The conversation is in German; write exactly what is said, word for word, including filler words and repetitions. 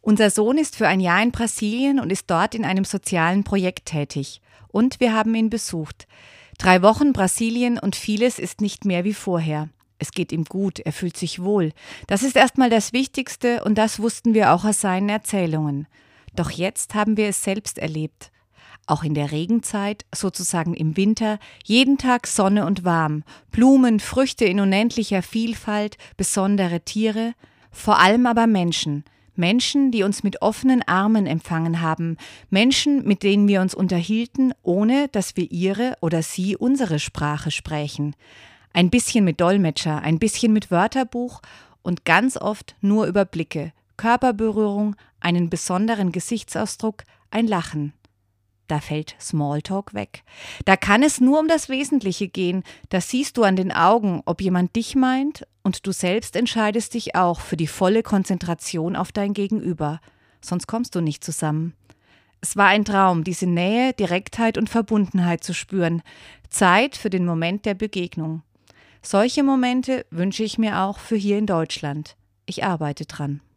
Unser Sohn ist für ein Jahr in Brasilien und ist dort in einem sozialen Projekt tätig. Und wir haben ihn besucht. Drei Wochen Brasilien und vieles ist nicht mehr wie vorher. Es geht ihm gut, er fühlt sich wohl. Das ist erstmal das Wichtigste und das wussten wir auch aus seinen Erzählungen. Doch jetzt haben wir es selbst erlebt. Auch in der Regenzeit, sozusagen im Winter, jeden Tag Sonne und warm, Blumen, Früchte in unendlicher Vielfalt, besondere Tiere, vor allem aber Menschen. Menschen, die uns mit offenen Armen empfangen haben, Menschen, mit denen wir uns unterhielten, ohne dass wir ihre oder sie unsere Sprache sprächen. Ein bisschen mit Dolmetscher, ein bisschen mit Wörterbuch und ganz oft nur über Blicke, Körperberührung, einen besonderen Gesichtsausdruck, ein Lachen. Da fällt Smalltalk weg. Da kann es nur um das Wesentliche gehen. Da siehst du an den Augen, ob jemand dich meint, und du selbst entscheidest dich auch für die volle Konzentration auf dein Gegenüber. Sonst kommst du nicht zusammen. Es war ein Traum, diese Nähe, Direktheit und Verbundenheit zu spüren. Zeit für den Moment der Begegnung. Solche Momente wünsche ich mir auch für hier in Deutschland. Ich arbeite dran.